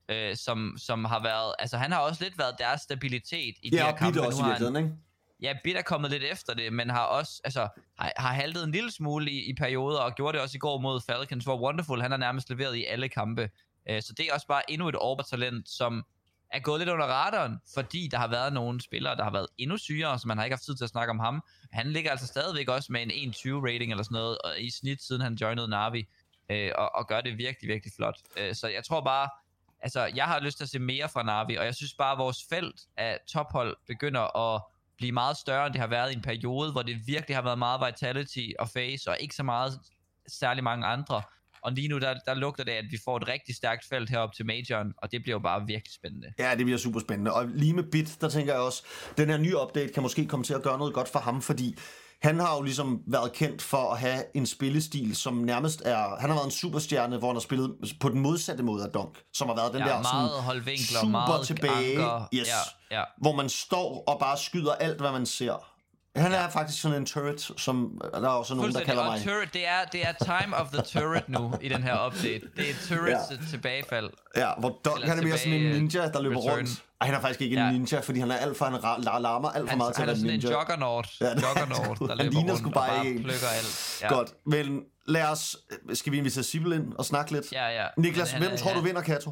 som har været... Altså, han har også lidt været deres stabilitet i de her kampe. Ja, og Bit også i virkeligheden, ikke? Ja, Bit er kommet lidt efter det, men har også har haltet en lille smule i perioder, og gjorde det også i går mod Falcons, hvor Wonderful, han har nærmest leveret i alle kampe. Så det er også bare endnu et overtalent, som er gået lidt under radaren, fordi der har været nogle spillere, der har været endnu sygere, så man har ikke haft tid til at snakke om ham. Han ligger altså stadigvæk også med en 1.20 rating eller sådan noget, og i snit siden han joinede Na'Vi, og gør det virkelig, virkelig flot. Så jeg tror bare, altså jeg har lyst til at se mere fra Na'Vi, og jeg synes bare, at vores felt af tophold begynder at blive meget større, end det har været i en periode, hvor det virkelig har været meget Vitality og Phase, og ikke så meget særlig mange andre. Og lige nu, der lugter det, at vi får et rigtig stærkt felt herop til Majoren, og det bliver jo bare virkelig spændende. Ja, det bliver super spændende. Og lige med Bit, der tænker jeg også, den her nye update kan måske komme til at gøre noget godt for ham, fordi han har jo ligesom været kendt for at have en spillestil, som nærmest er... Han har været en superstjerne, hvor han har spillet på den modsatte måde af Dunk, som har været den der meget sådan holdvinkler, super meget tilbage, anker. yes, Ja. hvor man står og bare skyder alt, hvad man ser. Han er faktisk sådan en turret, som der er også nogen, der kalder mig. Turret, det er time of the turret nu i den her update. Det er turrets tilbagefald. Ja, hvor Dunk, han er mere sådan en ninja, der løber rundt. Ej, han er faktisk ikke en ninja, fordi han er alt for, han larmer alt for meget til at være en ninja. Han er sådan en juggernaut, der løber rundt og bare plukker alt. Ja. Godt, men lad os... Skal vi invitere Sibyl ind og snakke lidt? Ja. Niklas, hvem tror du vinder, Kato?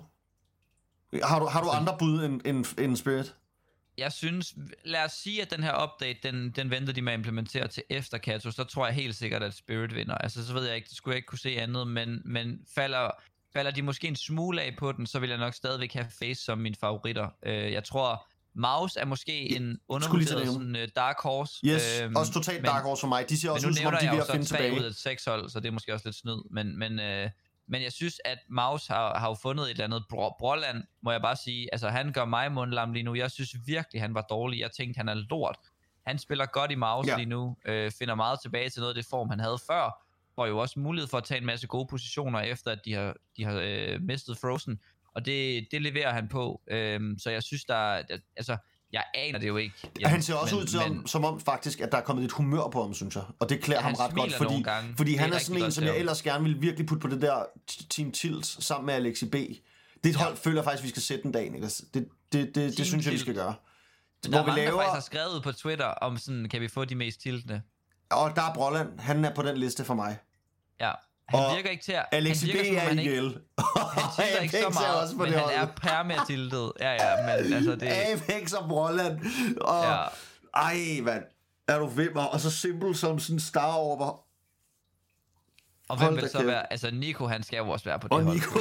Har du andre bud end Spirit? Jeg synes, lad os sige, at den her update, den venter de med at implementere til efter Kato, så tror jeg helt sikkert, at Spirit vinder. Altså, så ved jeg ikke, det skulle jeg ikke kunne se andet, men falder de måske en smule af på den, så vil jeg nok stadigvæk have Phase som mine favoritter. Jeg tror, Mouse er måske en undervurderet sådan dark horse. Yes, også totalt dark horse for mig. De ser også ud, som om de er ved at finde tilbage. Men nu nævner jeg jo så 3 ud af 6 hold, så det er måske også lidt snyd. Men jeg synes, at Mouse har jo fundet et eller andet. Broland, må jeg bare sige, altså han gør mig mundlam lige nu. Jeg synes virkelig, han var dårlig. Jeg tænkte, han er lort. Han spiller godt i Mouse lige nu. Finder meget tilbage til noget af det form, han havde før. Får jo også mulighed for at tage en masse gode positioner, efter at de har mistet Frozen. Og det leverer han på. Så jeg synes, altså... Jeg aner det jo ikke. Jens, han ser også ud som om faktisk, at der er kommet lidt humør på ham, synes jeg. Og det klæder ham ret godt, fordi han er sådan en, som jeg ellers gerne ville virkelig putte på det der Team Tilt sammen med Alexi B. Det er et hold, føler jeg faktisk, vi skal sætte en dag, Niklas. Det synes jeg, vi skal gøre. Men der er mange, der faktisk har skrevet på Twitter, om sådan, kan vi få de mest tiltende? Og der er Brolland. Han er på den liste for mig. Ja. Han virker ikke til at... Alexi B er ihjel. Han tilter ikke så meget, men han er permanent tiltet. Ja, men altså det... Apex og Brolland. Og... Ej, mand. Er du ved mig? Og så simpel som sådan Star over. Og hvem vil så være... Altså, Nico, han skal jo også være på det hold. Og Nico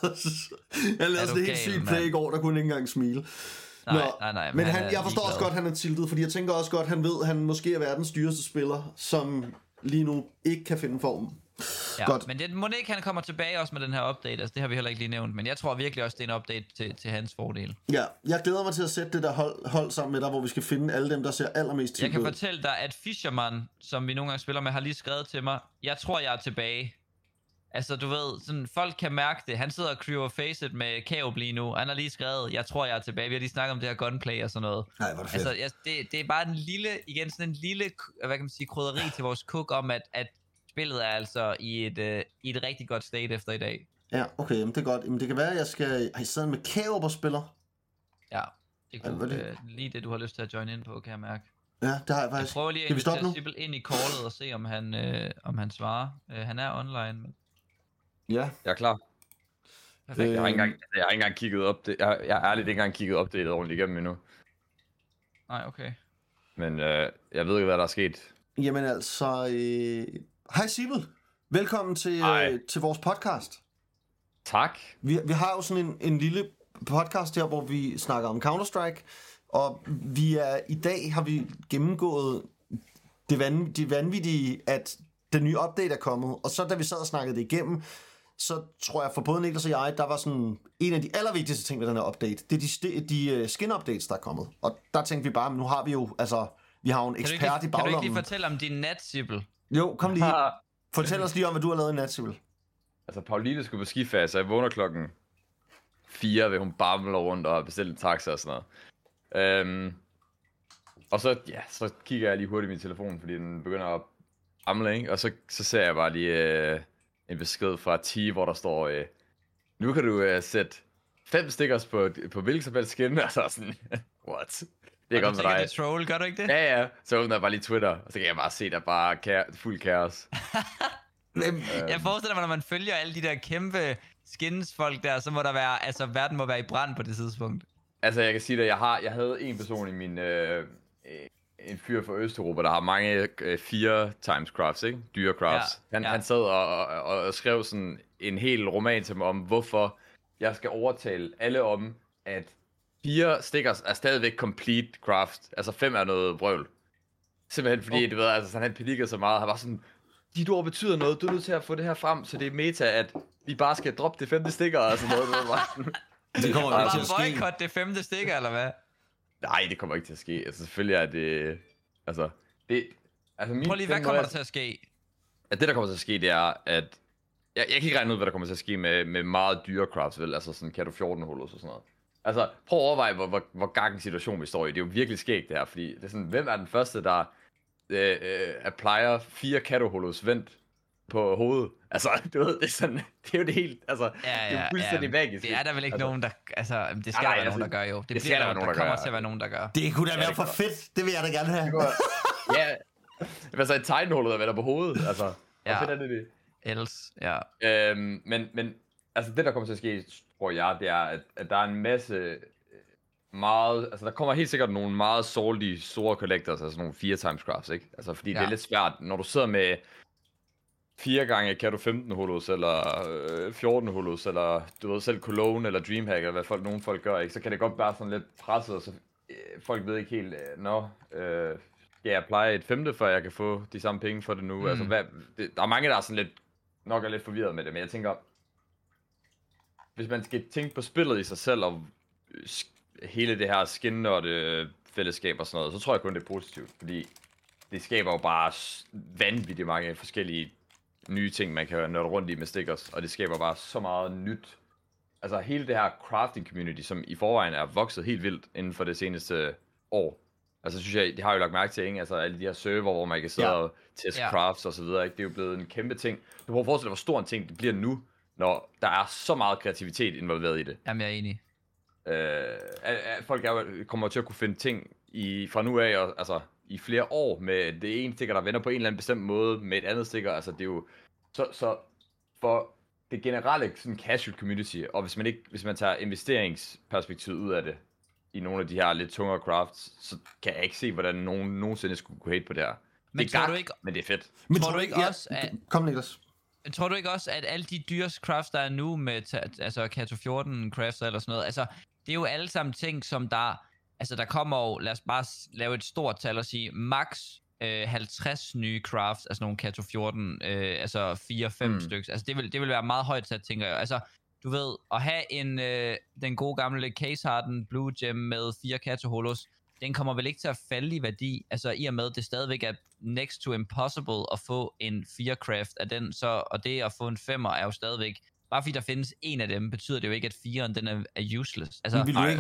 jeg lavede sådan en helt sygt play i går, der kunne ikke engang smile. Nej. Men jeg forstår også godt, at han er tiltet, fordi jeg tænker også godt, han ved, at han måske er verdens dyreste spiller, som lige nu ikke kan finde formen. Ja, godt. Men det må ikke, han kommer tilbage også med den her update. Altså, det har vi heller ikke lige nævnt. Men jeg tror virkelig også, det er en update til hans fordel. Ja, jeg glæder mig til at sætte det der hold sammen med dig, hvor vi skal finde alle dem, der ser allermest til. Jeg kan fortælle dig, at Fisherman, som vi nogle gange spiller med, har lige skrevet til mig, jeg tror, jeg er tilbage. Altså, du ved, sådan, folk kan mærke det. Han sidder og crewer facet med Kaob lige nu. Han har lige skrevet, jeg tror, jeg er tilbage. Vi har lige snakket om det her gunplay og sådan noget. Nej, hvor er det fedt. Altså, det er bare sådan en lille, hvad kan man sige, krydderi til vores cook om, at spillet er altså i et rigtig godt state efter i dag. Ja, okay, men det er godt. Jamen, det kan være, at jeg skal... Har I siddet med Kaob og spiller? Ja, det kunne lige det, du har lyst til at join ind på, kan jeg mærke. Ja, det har jeg faktisk. Jeg prøver lige at invitere Sibyl ind i callet og se, om han svarer. Han er online. Men... Ja. Jeg er klar. Perfekt. Jeg har ikke engang kigget op det. Jeg har ærligt ikke engang kigget op det ordentligt igennem endnu. Nej, okay. Men jeg ved ikke, hvad der er sket. Jamen altså... Hej Sibyl. Velkommen til vores podcast. Tak. Vi har jo sådan en lille podcast her, hvor vi snakker om Counter-Strike. Og i dag har vi gennemgået det vanvittige, at den nye update er kommet. Og så da vi sad og snakkede det igennem, så tror jeg for både Niklas og jeg, der var sådan en af de allervigtigste ting ved den her update. Det er de skin-updates, der er kommet. Og der tænkte vi bare, men nu har vi jo, altså, vi har jo en ekspert i baglommen. Kan du ikke lige fortælle om din nat, Sibyl? Jo, kom lige. Fortæl os lige om, hvad du har lavet i nat, Sibyl. Altså, Pauline skulle på skiferie, så jeg vågner klokken 4, ved hun bamler rundt og bestiller en taxa og sådan noget. Og så kigger jeg lige hurtigt i min telefon, fordi den begynder at amle, ikke? Og så ser jeg bare lige en besked fra T, hvor der står, nu kan du sætte 5 stickers på hvilket som helst skin, altså sådan, what? Det er godt for dig. Det troll, gør du ikke det? Ja. Så åbner jeg bare lige Twitter, og så kan jeg bare se, der er bare fuld kaos. Jeg forestiller mig, når man følger alle de der kæmpe skins-folk der, så må der være, altså verden må være i brand på det tidspunkt. Altså, jeg kan sige det, jeg havde en person i min, en fyr fra Østeuropa, der har mange 4 times crafts, ikke? Dyre crafts. Ja, han sad og skrev sådan en hel roman til mig om, hvorfor jeg skal overtale alle om, at 4 stickers er stadigvæk complete craft. Altså 5 er noget brøvl. Simpelthen fordi, du ved, altså han panikkede så meget. Han var sådan, de ord betyder noget, du er nødt til at få det her frem, så det er meta, at vi bare skal droppe det 5. sticker og sådan noget. Det kommer ikke til at ske. Boycott det 5. sticker, eller hvad? Nej, det kommer ikke til at ske. Altså selvfølgelig er det... Altså, det... Altså, prøv lige, hvad kommer der til at ske? At det, der kommer til at ske, det er, at... Jeg kan ikke regne ud, hvad der kommer til at ske med meget dyre crafts, vel? Altså sådan Kato 14 hullers og sådan noget. Altså, prøv at overveje, hvor gang situation vi står i. Det er jo virkelig skægt, det her, fordi det er sådan, hvem er den første, der applier 4 Kato hullers vendt på hovedet? Altså, du ved, det er sådan, det er jo det helt, altså, det er jo fuldstændig magisk. Det er der vel ikke nogen, der, altså, det skal der være nogen, der gør jo. Det bliver der kommer til at være nogen, der gør. Det kunne da være for fedt, det vil jeg da gerne have. Ja, altså et tegnehullet, der vender på hovedet, altså, hvor fedt er det? Ellers, ja. Men altså det der kommer til at ske, tror jeg, det er, at der er en masse meget, altså der kommer helt sikkert nogle meget salty store collectors, altså nogle 4 times crafts, ikke? Altså fordi det er lidt svært, når du sidder med 4 gange Kato 15 hullers, eller 14 hullers, eller du ved selv Cologne, eller Dreamhack, eller hvad nogle folk gør, ikke? Så kan det godt være sådan lidt presset, så folk ved ikke helt, skal jeg apply et 5. før jeg kan få de samme penge for det nu? Altså der er mange, der er sådan lidt, nok er lidt forvirret med det, men jeg tænker, hvis man skal tænke på spillet i sig selv, og hele det her skinnørde fællesskab og sådan noget, så tror jeg kun det er positivt, fordi det skaber jo bare vanvittigt mange forskellige nye ting, man kan nørde rundt i med stickers, og det skaber bare så meget nyt. Altså hele det her crafting community, som i forvejen er vokset helt vildt inden for det seneste år. Altså synes jeg, det har jo lagt mærke til, ikke? Altså alle de her server, hvor man kan sidde og teste crafts og så videre, ikke? Det er jo blevet en kæmpe ting. Du må forestille dig, hvor stor en ting det bliver nu, når der er så meget kreativitet involveret i det. Jamen, jeg er enig. Folk kommer til at kunne finde ting fra nu af, og, altså i flere år, med det ene stikker, der vender på en eller anden bestemt måde, med et andet stikker. Altså det er jo så for det generelle sådan casual community, og hvis man tager investeringsperspektivet ud af det, i nogle af de her lidt tungere crafts, så kan jeg ikke se, hvordan nogen nogensinde skulle kunne hate på det her. Men det er ikke, men det er fedt. Men tror du ikke også, at... Kom, Niklas. Tror du ikke også, at alle de dyre crafts, der er nu med altså Kato 14 crafts eller sådan noget, altså det er jo alle sammen ting, som der kommer jo, lad os bare lave et stort tal og sige, max 50 nye crafts, altså nogle Kato 14, altså 4-5 stykker. Altså det vil være meget højt sat, tænker jeg. Altså du ved, at have den gode gamle Case Harden Blue Gem med 4 Kato Holos, den kommer vel ikke til at falde i værdi, altså i og med, det stadigvæk er next to impossible at få en 4 craft af den, så, og det at få en 5'er er jo stadigvæk, bare fordi der findes en af dem, betyder det jo ikke, at 4'eren den er useless. Altså,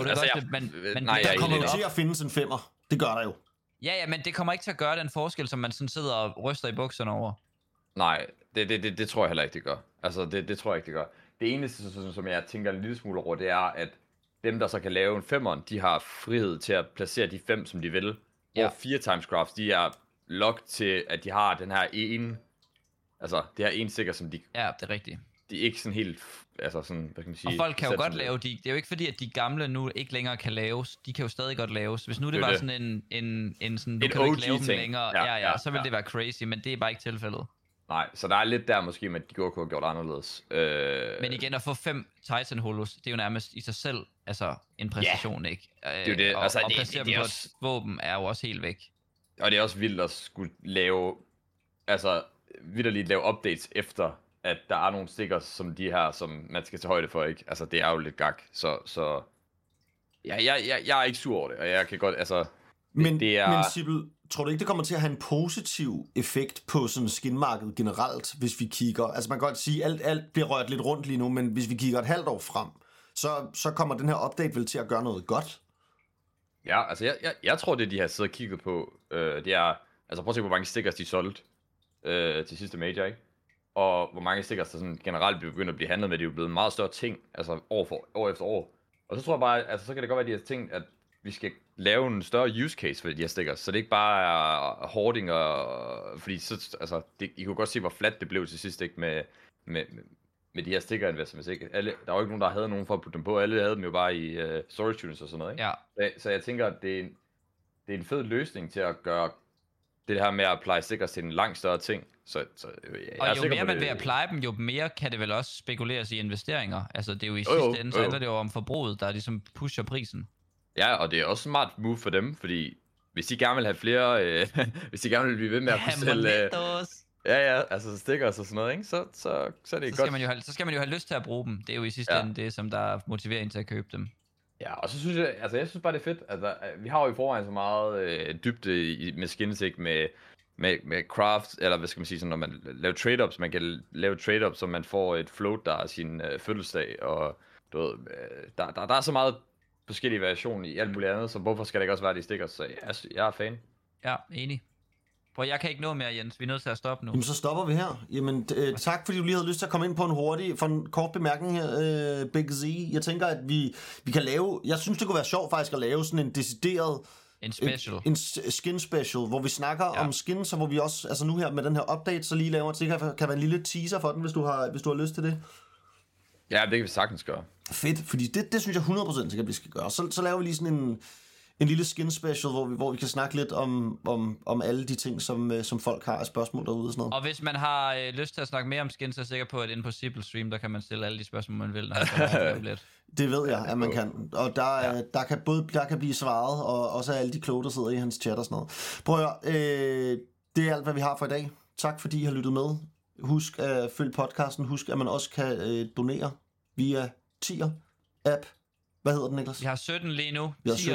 der kommer jo til at findes en 5'er, det gør der jo. Ja, men det kommer ikke til at gøre den forskel, som man sådan sidder og ryster i bukserne over. Nej, det tror jeg heller ikke, det gør. Altså, det tror jeg ikke, det gør. Det eneste, som jeg tænker en lille smule over, det er, at dem, der så kan lave en 5'eren, de har frihed til at placere de 5, som de vil. Hvor 4 times crafts, de er locked til, at de har den her ene, altså det her ene stikker, som de... Ja, det er rigtigt. De er ikke sådan helt, altså sådan, hvad kan man sige... Og folk kan jo godt lave det er jo ikke fordi, at de gamle nu ikke længere kan laves, de kan jo stadig godt laves. Hvis nu det var sådan en sådan, du kan ikke lave dem længere, så vil det være crazy, men det er bare ikke tilfældet. Nej, så der er lidt der måske, at de kunne have gjort anderledes. Men igen, at få 5 Titan Holos, det er jo nærmest i sig selv altså en præstation, ikke? Det er jo det. Altså, og placere dem på et våben er jo også helt væk. Og det er også vildt at skulle lave, altså vitterligt lave updates efter, at der er nogle stickers som de her, som man skal tage højde for, ikke? Altså det er jo lidt gak, så ja, jeg er ikke sur over det, og jeg kan godt, altså... Men Sibel, tror du ikke, det kommer til at have en positiv effekt på sådan skinmarkedet generelt, hvis vi kigger? Altså man kan godt sige, at alt bliver rørt lidt rundt lige nu, men hvis vi kigger et halvt år frem, så kommer den her update vel til at gøre noget godt? Ja, altså jeg tror, det de har siddet og kigget på, det er... Altså prøv at se, hvor mange stickers de solgte til sidste major, ikke? Og hvor mange stickers der sådan generelt begynder at blive handlet med, det er jo blevet en meget større ting, altså år efter år. Og så tror jeg bare, altså så kan det godt være, at de har tænkt, at vi skal lave en større use case for de her stickers, så det ikke bare er hoarding, fordi så, altså, I kunne godt se, hvor fladt det blev til sidst, ikke, med de her sticker investments, ikke? Der var jo ikke nogen, der havde nogen for at putte dem på, alle havde dem jo bare i storage units og sådan noget, ikke? Ja. Så jeg tænker, at det er en fed løsning til at gøre det her med at apply stickers til en langt større ting. Så og jo mere man vil apply dem, jo mere kan det vel også spekuleres i investeringer. Altså det er jo i sidste ende, så handler det jo om forbruget, der ligesom pusher prisen. Ja, og det er også smart move for dem, fordi hvis de gerne vil have flere, hvis de gerne vil blive ved med at kunne sælge... Ja, altså stickers og sådan noget, ikke? Så er det godt. Så skal man jo have lyst til at bruge dem. Det er jo i sidste ende det, som der motiverer en til at købe dem. Ja, og så synes jeg synes bare, det er fedt. Altså, vi har jo i forvejen så meget dybde med skins, ikke? Med craft, eller hvad skal man sige, sådan, når man laver trade-ups, man kan lave trade-ups, så man får et float, der er sin fødselsdag, og du ved, der er så meget forskellige variationer i alt muligt andet, så hvorfor skal det ikke også være de stickers? Så jeg er fan. Ja, enig. For jeg kan ikke nå mere, Jens. Vi er nødt til at stoppe nu. Jamen, så stopper vi her. Jamen, tak fordi du lige havde lyst til at komme ind på en kort bemærkning her, Big Z. Jeg tænker, at vi kan lave... Jeg synes, det kunne være sjovt faktisk at lave sådan en decideret... En special. En skin special, hvor vi snakker om skins, så hvor vi også... Altså nu her med den her update, så lige laver det kan være en lille teaser for den, hvis du har lyst til det. Ja, det kan vi sagtens gøre. Fedt, fordi det synes jeg 100% sikkert, vi skal gøre. Så laver vi lige sådan en lille skin special, hvor vi kan snakke lidt om alle de ting, som folk har af spørgsmål derude og sådan noget. Og hvis man har lyst til at snakke mere om skins, så er jeg sikker på, at inde på Simple Stream, der kan man stille alle de spørgsmål, man vil, når man lidt. Det ved jeg, at man kan. Og der kan blive svaret, og også alle de kloge, der sidder i hans chat og sådan noget. Prøv at høre, det er alt, hvad vi har for i dag. Tak fordi I har lyttet med. Husk at følge podcasten. Husk, at man også kan donere via Tier-app. Hvad hedder den, Niklas? Vi har 17 lige nu.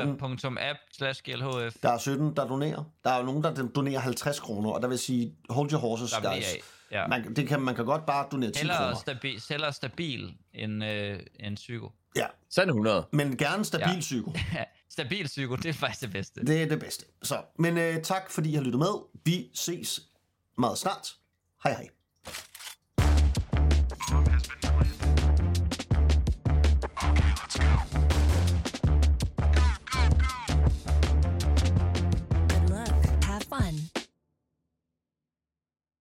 Tier.app/glhf. Der er 17, der donerer. Der er jo nogen, der donerer 50 kroner, og der vil sige, hold your horses, guys. Ja. Man kan godt bare donere 10 kroner. Hellere stabil end psyko. Ja. Send 100. Men gerne stabil psyko. Stabil psyko, det er faktisk det bedste. Det er det bedste. Så, men tak fordi I har lyttet med. Vi ses meget snart. Hej hej.